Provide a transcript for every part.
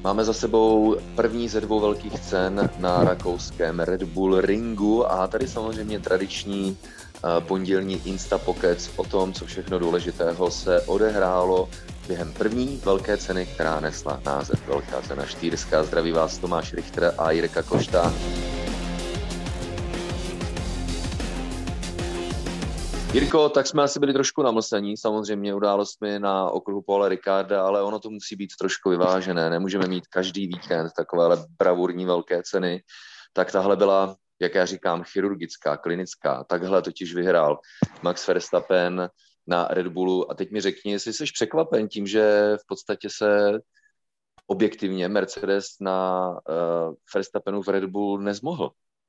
Máme za sebou první ze dvou velkých cen na rakouském Red Bull Ringu a tady samozřejmě tradiční pondělní Insta Pockets o tom, co všechno důležitého se odehrálo během první velké ceny, která nesla název Velká cena Štýrska. Zdraví vás Tomáš Richter a Jirka Košta. Jirko, tak jsme asi byli trošku namlsení, samozřejmě událostmi na okruhu Paula Ricarda, ale ono to musí být trošku vyvážené. Nemůžeme mít každý víkend takovéhle bravurní velké ceny. Tak tahle byla, jak já říkám, chirurgická, klinická. Takhle totiž vyhrál Max Verstappen na Red Bullu. A teď mi řekni, jestli jsi překvapen tím, že v podstatě se objektivně Mercedes na Verstappenu v Red Bull nezmohl.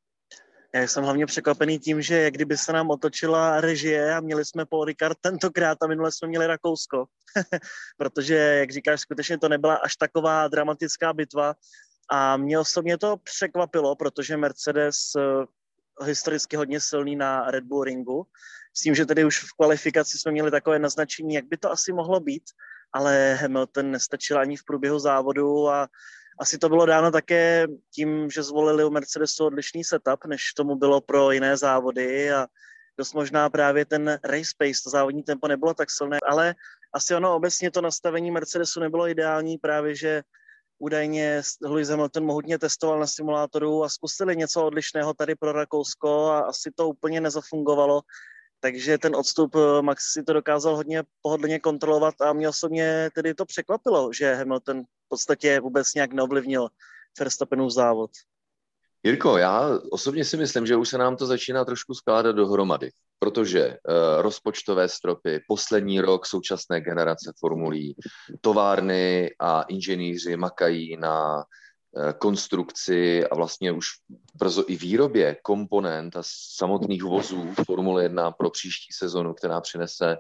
Já jsem hlavně překvapený tím, že jak kdyby se nám otočila režie a měli jsme Paul Ricard tentokrát a minule jsme měli Rakousko. Protože, jak říkáš, skutečně to nebyla až taková dramatická bitva a mě osobně to překvapilo, protože Mercedes historicky hodně silný na Red Bull Ringu. S tím, že tedy už v kvalifikaci jsme měli takové naznačení, jak by to asi mohlo být, ale Hamilton nestačil ani v průběhu závodu a asi to bylo dáno také tím, že zvolili u Mercedesu odlišný setup, než tomu bylo pro jiné závody a dost možná právě ten race pace, to závodní tempo nebylo tak silné, ale asi ono obecně to nastavení Mercedesu nebylo ideální, právě že údajně Lewis Hamilton mohutně testoval na simulátoru a zkusili něco odlišného tady pro Rakousko a asi to úplně nezafungovalo. Takže ten odstup Max si to dokázal hodně pohodlně kontrolovat a mě osobně tedy to překvapilo, že Hamilton v podstatě vůbec nějak neovlivnil Verstappenův závod. Jirko, já osobně si myslím, že už se nám to začíná trošku skládat dohromady, protože rozpočtové stropy, poslední rok současné generace formulí, továrny a inženýři makají na konstrukci a vlastně už brzo i výrobě komponent a samotných vozů Formule 1 pro příští sezonu, která přinese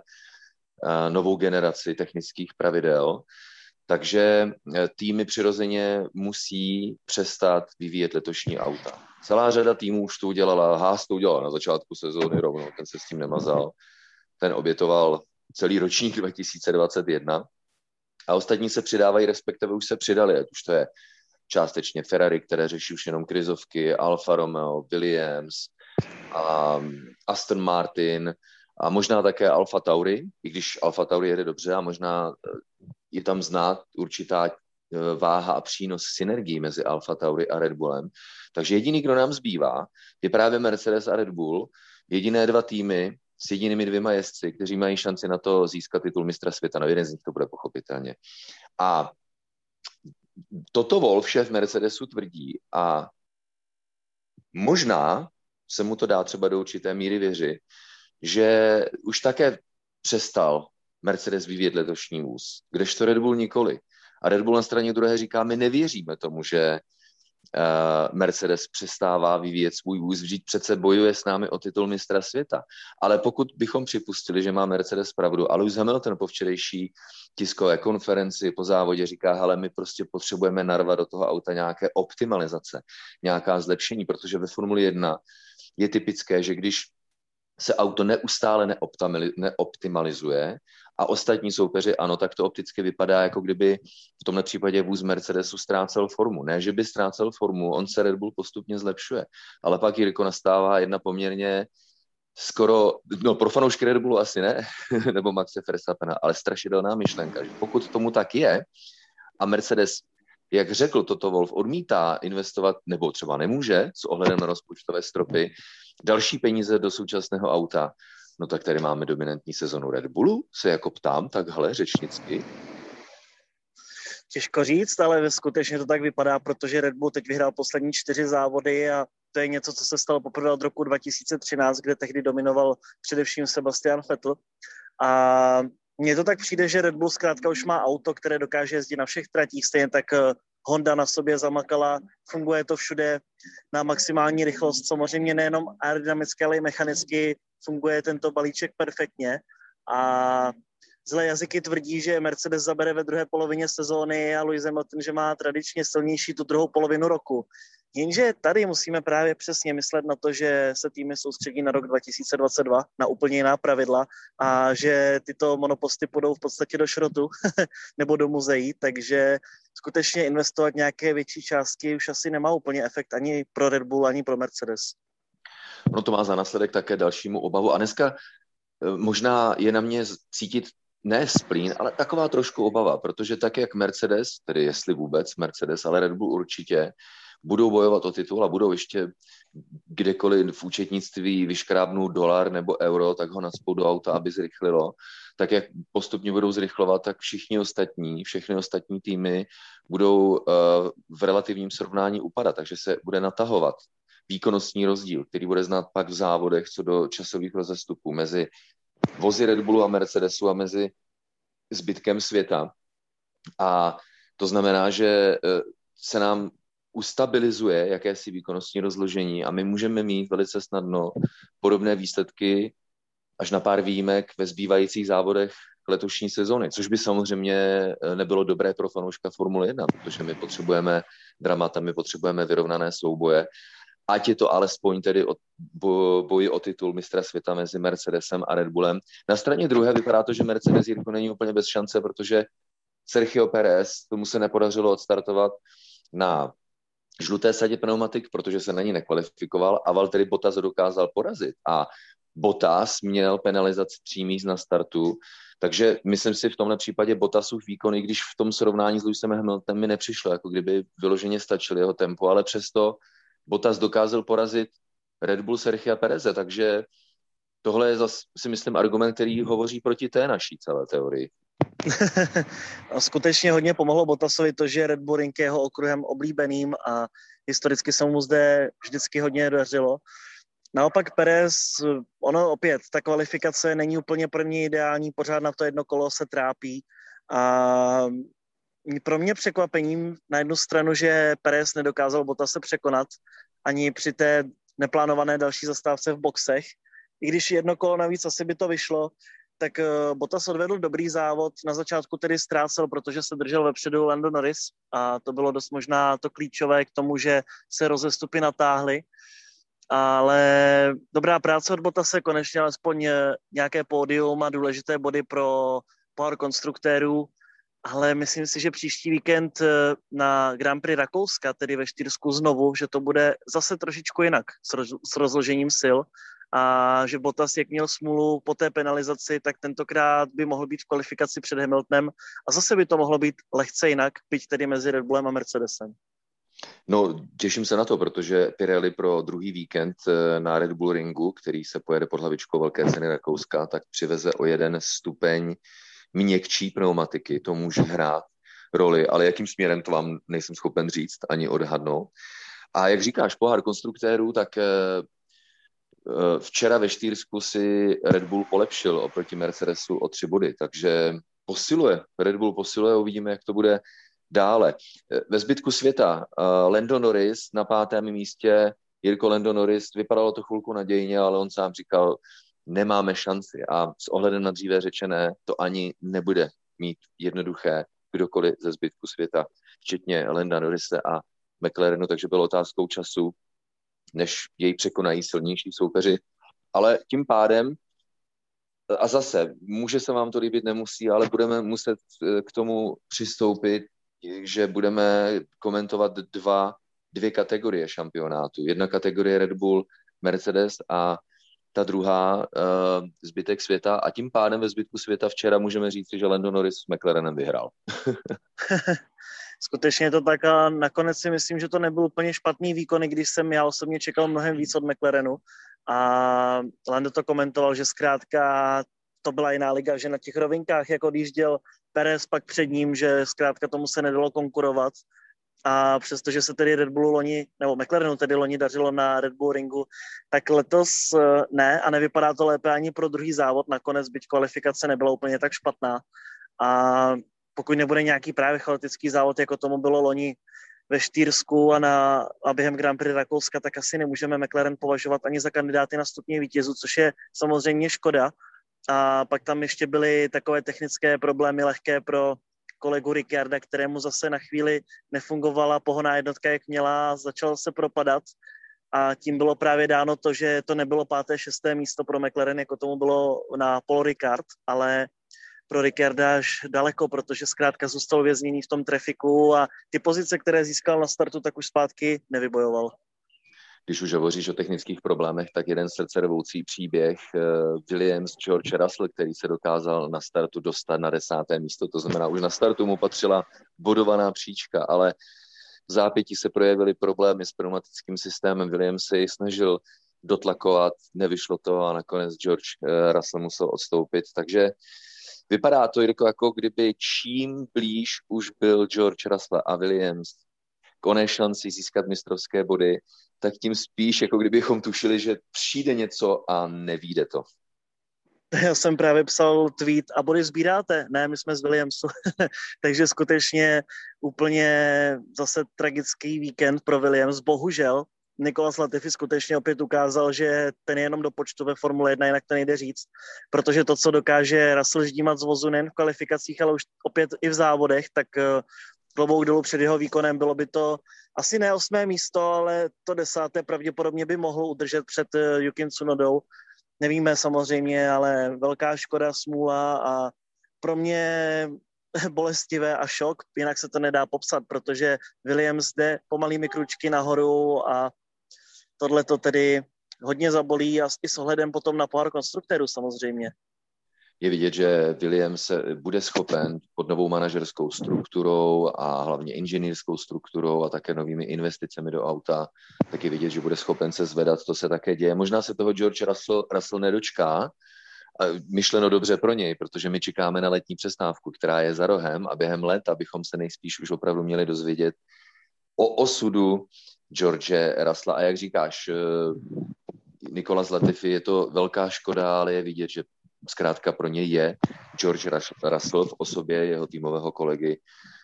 novou generaci technických pravidel. Takže týmy přirozeně musí přestat vyvíjet letošní auta. Celá řada týmů už to udělala, Haas to udělal na začátku sezóny rovnou, ten se s tím nemazal. Ten obětoval celý ročník 2021 a ostatní se přidávají, respektive už se přidali, ať už to je částečně Ferrari, které řeší už jenom krizovky, Alfa Romeo, Williams, Aston Martin a možná také Alfa Tauri, i když Alfa Tauri jede dobře a možná je tam znát určitá váha a přínos synergii mezi Alfa Tauri a Red Bullem. Takže jediný, kdo nám zbývá, je právě Mercedes a Red Bull, jediné dva týmy s jedinými dvěma jezdci, kteří mají šanci na to získat titul mistra světa. No jeden z nich to bude pochopitelně. A Toto Wolff, šéf Mercedesu, tvrdí a možná se mu to dá třeba do určité míry věřit, že už také přestal Mercedes vyvíjet letošní vůz, kdežto Red Bull nikoli. A Red Bull na straně druhé říká, my nevěříme tomu, že Mercedes přestává vyvíjet svůj vůz, vždyť přece bojuje s námi o titul mistra světa. Ale pokud bychom připustili, že má Mercedes pravdu, a Lewis Hamilton po včerejší tiskové konferenci po závodě říká, hele, my prostě potřebujeme narvat do toho auta nějaké optimalizace, nějaká zlepšení, protože ve Formuli 1 je typické, že když se auto neustále neoptimalizuje a ostatní soupeři ano, tak to opticky vypadá, jako kdyby v tomhle případě vůz Mercedesu ztrácel formu. Ne, že by ztrácel formu, on se Red Bull postupně zlepšuje. Ale pak, Jirko, nastává jedna poměrně skoro, no pro fanoušky Red Bullu asi ne, nebo Maxe Verstappena, ale strašidelná myšlenka, že pokud tomu tak je a Mercedes, jak řekl Toto Wolff, odmítá investovat, nebo třeba nemůže s ohledem na rozpočtové stropy, další peníze do současného auta, no tak tady máme dominantní sezonu Red Bullu, se jako ptám takhle řečnicky. Těžko říct, ale skutečně to tak vypadá, protože Red Bull teď vyhrál poslední 4 závody a to je něco, co se stalo poprvé od roku 2013, kde tehdy dominoval především Sebastian Vettel. A mně to tak přijde, že Red Bull zkrátka už má auto, které dokáže jezdit na všech tratích, stejně tak Honda na sobě zamakala, funguje to všude na maximální rychlost, samozřejmě nejenom aerodynamicky, ale i mechanicky funguje tento balíček perfektně a zlé jazyky tvrdí, že Mercedes zabere ve druhé polovině sezóny a Lewis Hamilton, že má tradičně silnější tu druhou polovinu roku. Jenže tady musíme právě přesně myslet na to, že se týmy soustředí na rok 2022, na úplně jiná pravidla a že tyto monoposty půjdou v podstatě do šrotu nebo do muzeí, takže skutečně investovat nějaké větší částky už asi nemá úplně efekt ani pro Red Bull, ani pro Mercedes. No to má za následek také dalšímu obavu. A dneska možná je na mě cítit ne splín, ale taková trošku obava, protože tak jak Mercedes, tedy jestli vůbec Mercedes, ale Red Bull určitě, budou bojovat o titul a budou ještě kdekoliv v účetnictví vyškrábnou $1 nebo euro, tak ho nacpou do auta, aby zrychlilo. Tak jak postupně budou zrychlovat, tak všechny ostatní týmy budou v relativním srovnání upadat, takže se bude natahovat výkonnostní rozdíl, který bude znát pak v závodech co do časových rozestupů mezi vozy Red Bullu a Mercedesu a mezi zbytkem světa. A to znamená, že se nám ustabilizuje jakési výkonnostní rozložení a my můžeme mít velice snadno podobné výsledky až na pár výjimek ve zbývajících závodech letošní sezony, což by samozřejmě nebylo dobré pro fanouška Formule 1, protože my potřebujeme dramata, my potřebujeme vyrovnané souboje. Ať je to alespoň tedy boji o titul mistra světa mezi Mercedesem a Red Bullem. Na straně druhé vypadá to, že Mercedes, Jirko, není úplně bez šance, protože Sergio Pérez, tomu se nepodařilo odstartovat na žluté sadě pneumatik, protože se na ní nekvalifikoval a Valtteri Bottas ho dokázal porazit a Bottas měl penalizaci 3 míst na startu, takže myslím si v tomhle případě Bottasův výkon, i když v tom srovnání s Lewisem Hamiltonem mi nepřišlo, jako kdyby vyloženě stačil jeho tempo, ale přesto Bottas dokázal porazit Red Bull Sergia Pereze, takže tohle je zase, si myslím, argument, který hovoří proti té naší celé teorii. A skutečně hodně pomohlo Bottasovi to, že Red Bull Ring je jeho okruhem oblíbeným a historicky se mu zde vždycky hodně dařilo. Naopak Perez, ono opět, ta kvalifikace není úplně pro mě ideální, pořád na to jedno kolo se trápí a pro mě překvapením na jednu stranu, že Perez nedokázal Bottase překonat ani při té neplánované další zastávce v boxech. I když jedno kolo navíc asi by to vyšlo, tak Bottas odvedl dobrý závod. Na začátku tedy ztrácel, protože se držel vepředu Lando Norris a to bylo dost možná to klíčové k tomu, že se rozestupy natáhly. Ale dobrá práce od Bottase, konečně alespoň nějaké pódium a důležité body pro pohár konstruktérů. Ale myslím si, že příští víkend na Grand Prix Rakouska, tedy ve Štýrsku znovu, že to bude zase trošičku jinak s rozložením sil a že Bottas, jak měl smůlu po té penalizaci, tak tentokrát by mohl být v kvalifikaci před Hamiltonem a zase by to mohlo být lehce jinak, byť tedy mezi Red Bullem a Mercedesem. No, těším se na to, protože Pirelli pro druhý víkend na Red Bull Ringu, který se pojede pod hlavičkou Velké ceny Rakouska, tak přiveze o 1 stupeň měkčí pneumatiky. To může hrát roli, ale jakým směrem to vám nejsem schopen říct ani odhadnout. A jak říkáš, pohár konstruktérů, tak včera ve Štýrsku si Red Bull polepšil oproti Mercedesu o 3 body, takže Red Bull posiluje, uvidíme, jak to bude dále. Ve zbytku světa Lando Norris na 5. místě, Jirko, Lando Norris, vypadalo to chvilku nadějně, ale on sám říkal, nemáme šanci a s ohledem na dříve řečené to ani nebude mít jednoduché kdokoliv ze zbytku světa, včetně Landa Norrise a McLarenu, takže bylo otázkou času, než jej překonají silnější soupeři. Ale tím pádem, a zase, může se vám to líbit, nemusí, ale budeme muset k tomu přistoupit, že budeme komentovat dvě kategorie šampionátu. Jedna kategorie Red Bull, Mercedes a ta druhá zbytek světa. A tím pádem ve zbytku světa včera můžeme říct, že Lando Norris s McLarenem vyhrál. Skutečně je to tak a nakonec si myslím, že to nebyl úplně špatný výkon, i když jsem já osobně čekal mnohem víc od McLarenu. A Lando to komentoval, že zkrátka to byla jiná liga, že na těch rovinkách, jak odjížděl Perez pak před ním, že zkrátka tomu se nedalo konkurovat. A přestože se tedy Red Bullu loni, nebo McLarenu tedy loni dařilo na Red Bull Ringu, tak letos ne a nevypadá to lépe ani pro druhý závod. Nakonec byť kvalifikace nebyla úplně tak špatná. A pokud nebude nějaký právě chaotický závod, jako tomu bylo loni ve Štýrsku a během Grand Prix Rakouska, tak asi nemůžeme McLaren považovat ani za kandidáty na stupně vítězů, což je samozřejmě škoda. A pak tam ještě byly takové technické problémy lehké pro kolegu Ricciarda, kterému zase na chvíli nefungovala pohonná jednotka, jak měla, začal se propadat a tím bylo právě dáno to, že to nebylo 5., 6. místo pro McLaren, jako tomu bylo na Paul Ricard, ale pro Ricciarda až daleko, protože zkrátka zůstal vězněný v tom trafiku a ty pozice, které získal na startu, tak už zpátky nevybojoval. Když už hovoříš o technických problémech, tak jeden srdcervoucí příběh Williams, George Russell, který se dokázal na startu dostat na 10. místo, to znamená, už na startu mu patřila bodovaná příčka, ale v zápětí se projevily problémy s pneumatickým systémem. Williams se ji snažil dotlakovat, nevyšlo to a nakonec George Russell musel odstoupit, takže vypadá to, Jirko, jako kdyby čím blíž už byl George Russell a Williams k oné šanci získat mistrovské body, tak tím spíš, jako kdybychom tušili, že přijde něco a nevíde to. Já jsem právě psal tweet a body sbíráte? Ne, my jsme z Williamsu. Takže skutečně úplně zase tragický víkend pro Williams. Bohužel Nicolas Latifi skutečně opět ukázal, že ten je jenom do počtu ve Formule 1, jinak to nejde říct. Protože to, co dokáže Russell ždímat z vozu nejen v kvalifikacích, ale už opět i v závodech, tak klobouk dolů před jeho výkonem, bylo by to asi ne 8. místo, ale to 10. pravděpodobně by mohlo udržet před Yukim Tsunodou. Nevíme samozřejmě, ale velká škoda, smůla a pro mě bolestivé a šok, jinak se to nedá popsat, protože Williams jde pomalými kručky nahoru a tohle to tedy hodně zabolí a i s ohledem potom na pohár konstruktérů samozřejmě. Je vidět, že Williams bude schopen pod novou manažerskou strukturou a hlavně inženýrskou strukturou a také novými investicemi do auta, tak je vidět, že bude schopen se zvedat, to se také děje. Možná se toho George Russell nedočká, myšleno dobře pro něj, protože my čekáme na letní přestávku, která je za rohem a během léta bychom se nejspíš už opravdu měli dozvědět o osudu George Russella. A jak říkáš, Nicolas Latifi, je to velká škoda, ale je vidět, že zkrátka pro něj je George Russell v osobě jeho týmového kolegy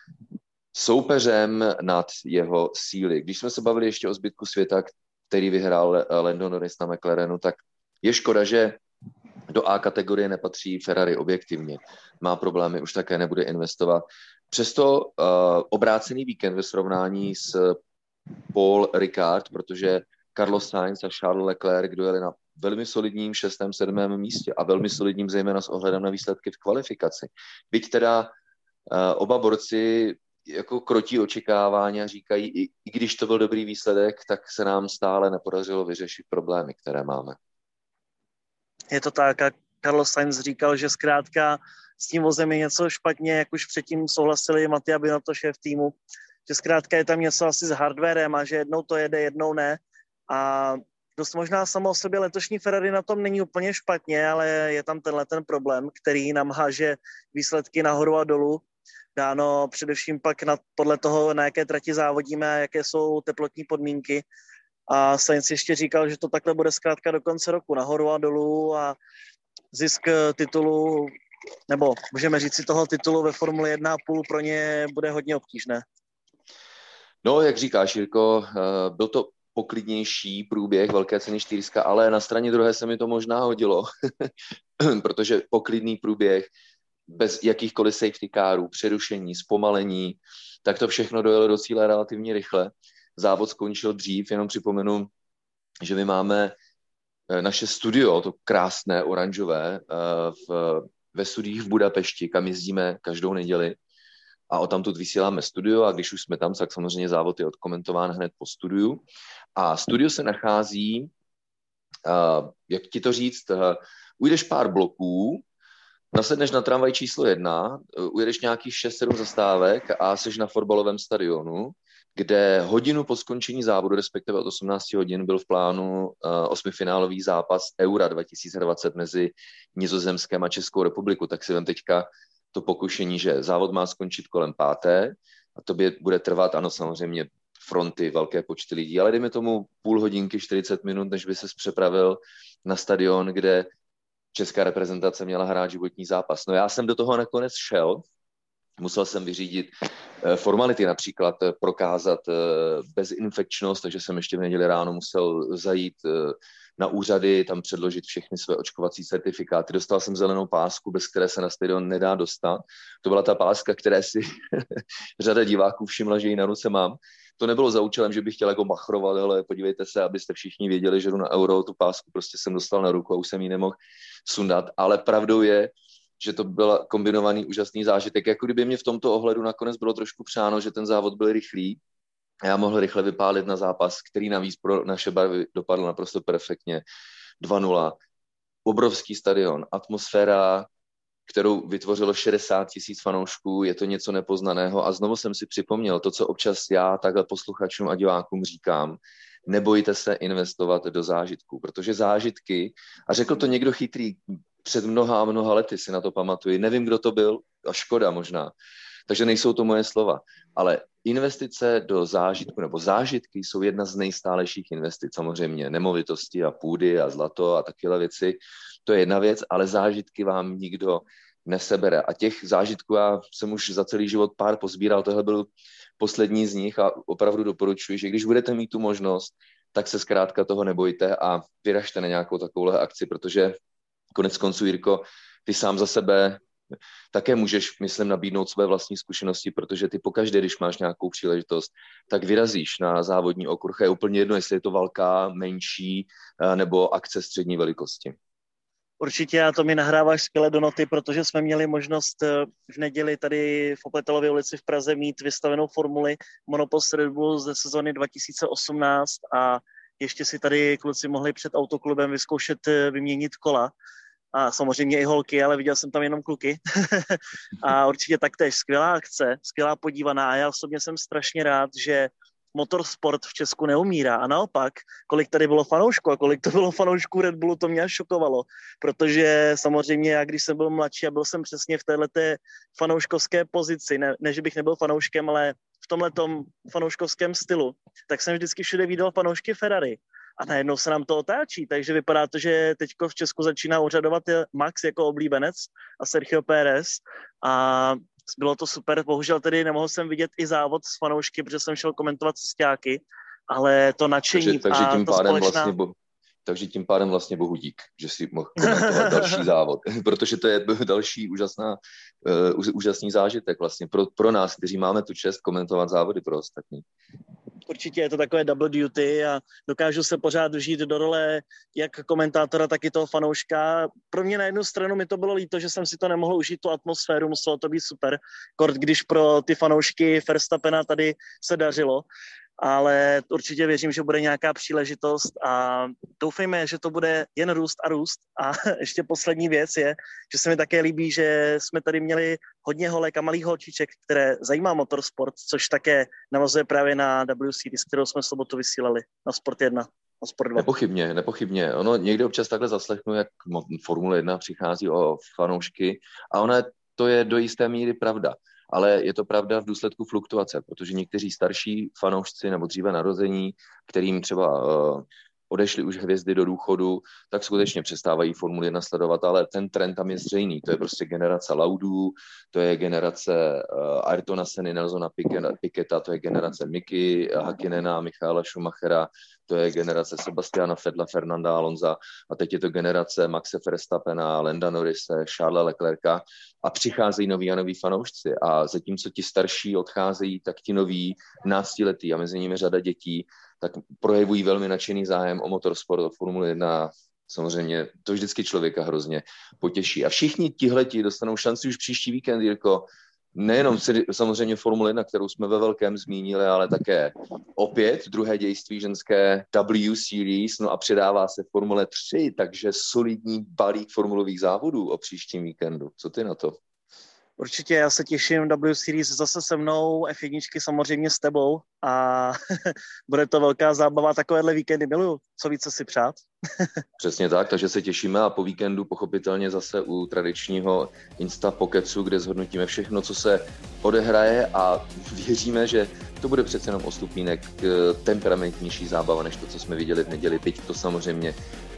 soupeřem nad jeho síly. Když jsme se bavili ještě o zbytku světa, který vyhrál Lando Norris na McLarenu, tak je škoda, že do A kategorie nepatří Ferrari objektivně. Má problémy, už také nebude investovat. Přesto obrácený víkend ve srovnání s Paul Ricard, protože Carlos Sainz a Charles Leclerc dojeli na velmi solidním 6., 7. místě a velmi solidním zejména s ohledem na výsledky v kvalifikaci. Byť teda oba borci jako krotí očekávání a říkají, i když to byl dobrý výsledek, tak se nám stále nepodařilo vyřešit problémy, které máme. Je to tak a Carlos Sainz říkal, že zkrátka s tím vozem je něco špatně, jak už předtím souhlasili Mattia Binotto, šéf týmu, že zkrátka je tam něco asi s hardwarem a že jednou to jede, jednou ne. A dost možná samo o sobě letošní Ferrari na tom není úplně špatně, ale je tam ten problém, který nám háže výsledky nahoru a dolů. Dáno především pak podle toho, na jaké trati závodíme a jaké jsou teplotní podmínky. A Sainz ještě říkal, že to takhle bude zkrátka do konce roku, nahoru a dolů a zisk titulu, nebo můžeme říct si toho titulu ve Formule 1,5 pro ně bude hodně obtížné. No, jak říkáš, Jirko, byl to poklidnější průběh velké ceny Štýrska, ale na straně druhé se mi to možná hodilo, protože poklidný průběh bez jakýchkoliv safety carů, přerušení, zpomalení, tak to všechno dojelo do cíle relativně rychle. Závod skončil dřív, jenom připomenu, že my máme naše studio, to krásné oranžové, ve studiích v Budapešti, kam jezdíme každou neděli a odtamtud vysíláme studio a když už jsme tam, tak samozřejmě závod je odkomentován hned po studiu. A studio se nachází, jak ti to říct, ujdeš pár bloků, nasedneš na tramvaj číslo 1, ujedeš nějakých 6-7 zastávek a seš na fotbalovém stadionu, kde hodinu po skončení závodu, respektive od 18 hodin, byl v plánu 8finálový zápas Eura 2020 mezi Nizozemskem a Českou republikou. Tak si vem teďka to pokušení, že závod má skončit kolem 5. a to bude trvat, ano, samozřejmě fronty, velké počty lidí, ale dejme tomu půl hodinky, 40 minut, než by ses přepravil na stadion, kde česká reprezentace měla hrát životní zápas. No já jsem do toho nakonec šel, musel jsem vyřídit formality, například prokázat bezinfekčnost, takže jsem ještě v neděli ráno musel zajít na úřady, tam předložit všechny své očkovací certifikáty. Dostal jsem zelenou pásku, bez které se na stadion nedá dostat. To byla ta páska, které si řada diváků všimla, že ji na ruce mám. To nebylo za účelem, že bych chtěl jako machrovat, ale podívejte se, abyste všichni věděli, že jdu na Euro, tu pásku prostě jsem dostal na ruku a už jsem ji nemohl sundat. Ale pravdou je, že to byl kombinovaný úžasný zážitek. Jako kdyby mě v tomto ohledu nakonec bylo trošku přáno, že ten závod byl rychlý a já mohl rychle vypálit na zápas, který navíc pro naše barvy dopadl naprosto perfektně. 2-0. Obrovský stadion, atmosféra, kterou vytvořilo 60 000 fanoušků, je to něco nepoznaného a znovu jsem si připomněl to, co občas já takhle posluchačům a divákům říkám, nebojte se investovat do zážitků, protože zážitky, a řekl to někdo chytrý před mnoha lety, si na to pamatuji, nevím, kdo to byl, a škoda možná, takže nejsou to moje slova, ale investice do zážitku nebo zážitky jsou jedna z nejstálejších investic, samozřejmě nemovitosti a půdy a zlato a takové věci, to je jedna věc, ale zážitky vám nikdo nesebere a těch zážitků já jsem už za celý život pár pozbíral, tohle byl poslední z nich a opravdu doporučuji, že když budete mít tu možnost, tak se zkrátka toho nebojte a vyražte na nějakou takovouhle akci, protože konec konců, Jirko, ty sám za sebe také můžeš, myslím, nabídnout své vlastní zkušenosti, protože ty pokaždé, když máš nějakou příležitost, tak vyrazíš na závodní okruh. Je úplně jedno, jestli je to velká, menší nebo akce střední velikosti. Určitě a to mi nahráváš skvěle do noty, protože jsme měli možnost v neděli tady v Opletelově ulici v Praze mít vystavenou formuli Monopost Red Bull ze sezony 2018 a ještě si tady kluci mohli před autoklubem vyzkoušet vyměnit kola. A samozřejmě i holky, ale viděl jsem tam jenom kluky. A určitě taktéž skvělá akce, skvělá podívaná a já osobně jsem strašně rád, že motorsport v Česku neumírá a naopak, kolik tady bylo fanoušků a kolik to bylo fanoušků Red Bullu, to mě až šokovalo, protože samozřejmě já, když jsem byl mladší a byl jsem přesně v téhleté fanouškovské pozici, ne že bych nebyl fanouškem, ale v tomhletom fanouškovském stylu, tak jsem vždycky všude viděl fanoušky Ferrari. A najednou se nám to otáčí, takže vypadá to, že teďko v Česku začíná úřadovat Max jako oblíbenec a Sergio Pérez a bylo to super, bohužel tedy nemohl jsem vidět i závod s fanoušky, protože jsem šel komentovat cesťáky, ale to nadšení takže a ta společná... Takže tím pádem vlastně bohu dík, že si mohl komentovat další závod, protože to je další úžasný zážitek vlastně pro nás, kteří máme tu čest komentovat závody pro ostatní. Určitě je to takové double duty a dokážu se pořád vžít do role jak komentátora, tak i toho fanouška. Pro mě na jednu stranu mi to bylo líto, že jsem si to nemohl užít, tu atmosféru, muselo to být super, kort když pro ty fanoušky Verstappena tady se dařilo, ale určitě věřím, že bude nějaká příležitost a doufejme, že to bude jen růst a růst. A ještě poslední věc je, že se mi také líbí, že jsme tady měli hodně holek a malých holčiček, které zajímá motorsport, což také navazuje právě na W Series, kterou jsme v sobotu vysílali na Sport 1. Na Sport 2. Nepochybně. Ono někdy občas takhle zaslechnu, jak Formule 1 přichází o fanoušky a ona to je do jisté míry pravda. Ale je to pravda v důsledku fluktuace, protože někteří starší fanoušci nebo dříve narození, kterým třeba odešly už hvězdy do důchodu, tak skutečně přestávají Formuli 1 sledovat, ale ten trend tam je zřejmý. To je prostě generace Laudů, to je generace Ayrtona Senny, Nelsona Piqueta, to je generace Miky Häkkinena, Michaela Schumachera, to je generace Sebastiana Vettela, Fernanda Alonsa a teď je to generace Maxe Verstappena, Landa Norrise, Charlesa Leclerca a přicházejí noví a noví fanoušci a zatímco ti starší odcházejí, tak ti noví 12letí a mezi nimi řada dětí, tak projevují velmi nadšený zájem o motorsport, o Formule 1. Samozřejmě to vždycky člověka hrozně potěší. A všichni tihleti dostanou šanci už příští víkend, Jirko. Nejenom samozřejmě Formule 1, kterou jsme ve velkém zmínili, ale také opět druhé dějství ženské W Series, no a předává se Formule 3, takže solidní balík formulových závodů o příštím víkendu. Co ty na to? Určitě, já se těším, W Series zase se mnou, F1 samozřejmě s tebou a bude to velká zábava, takovéhle víkendy miluju, co více si přát. Přesně tak, takže se těšíme a po víkendu pochopitelně zase u tradičního Insta Pokecu, kde zhodnotíme všechno, co se odehraje a věříme, že to bude přece jenom o stupínek temperamentnější zábava, než to, co jsme viděli v neděli. Byť to samozřejmě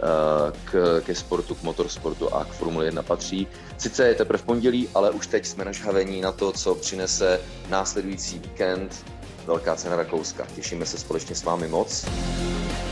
ke sportu, k motorsportu a k Formule 1 patří. Sice je teprve v pondělí, ale už teď jsme nažhavení na to, co přinese následující víkend. Velká cena Rakouska. Těšíme se společně s vámi moc.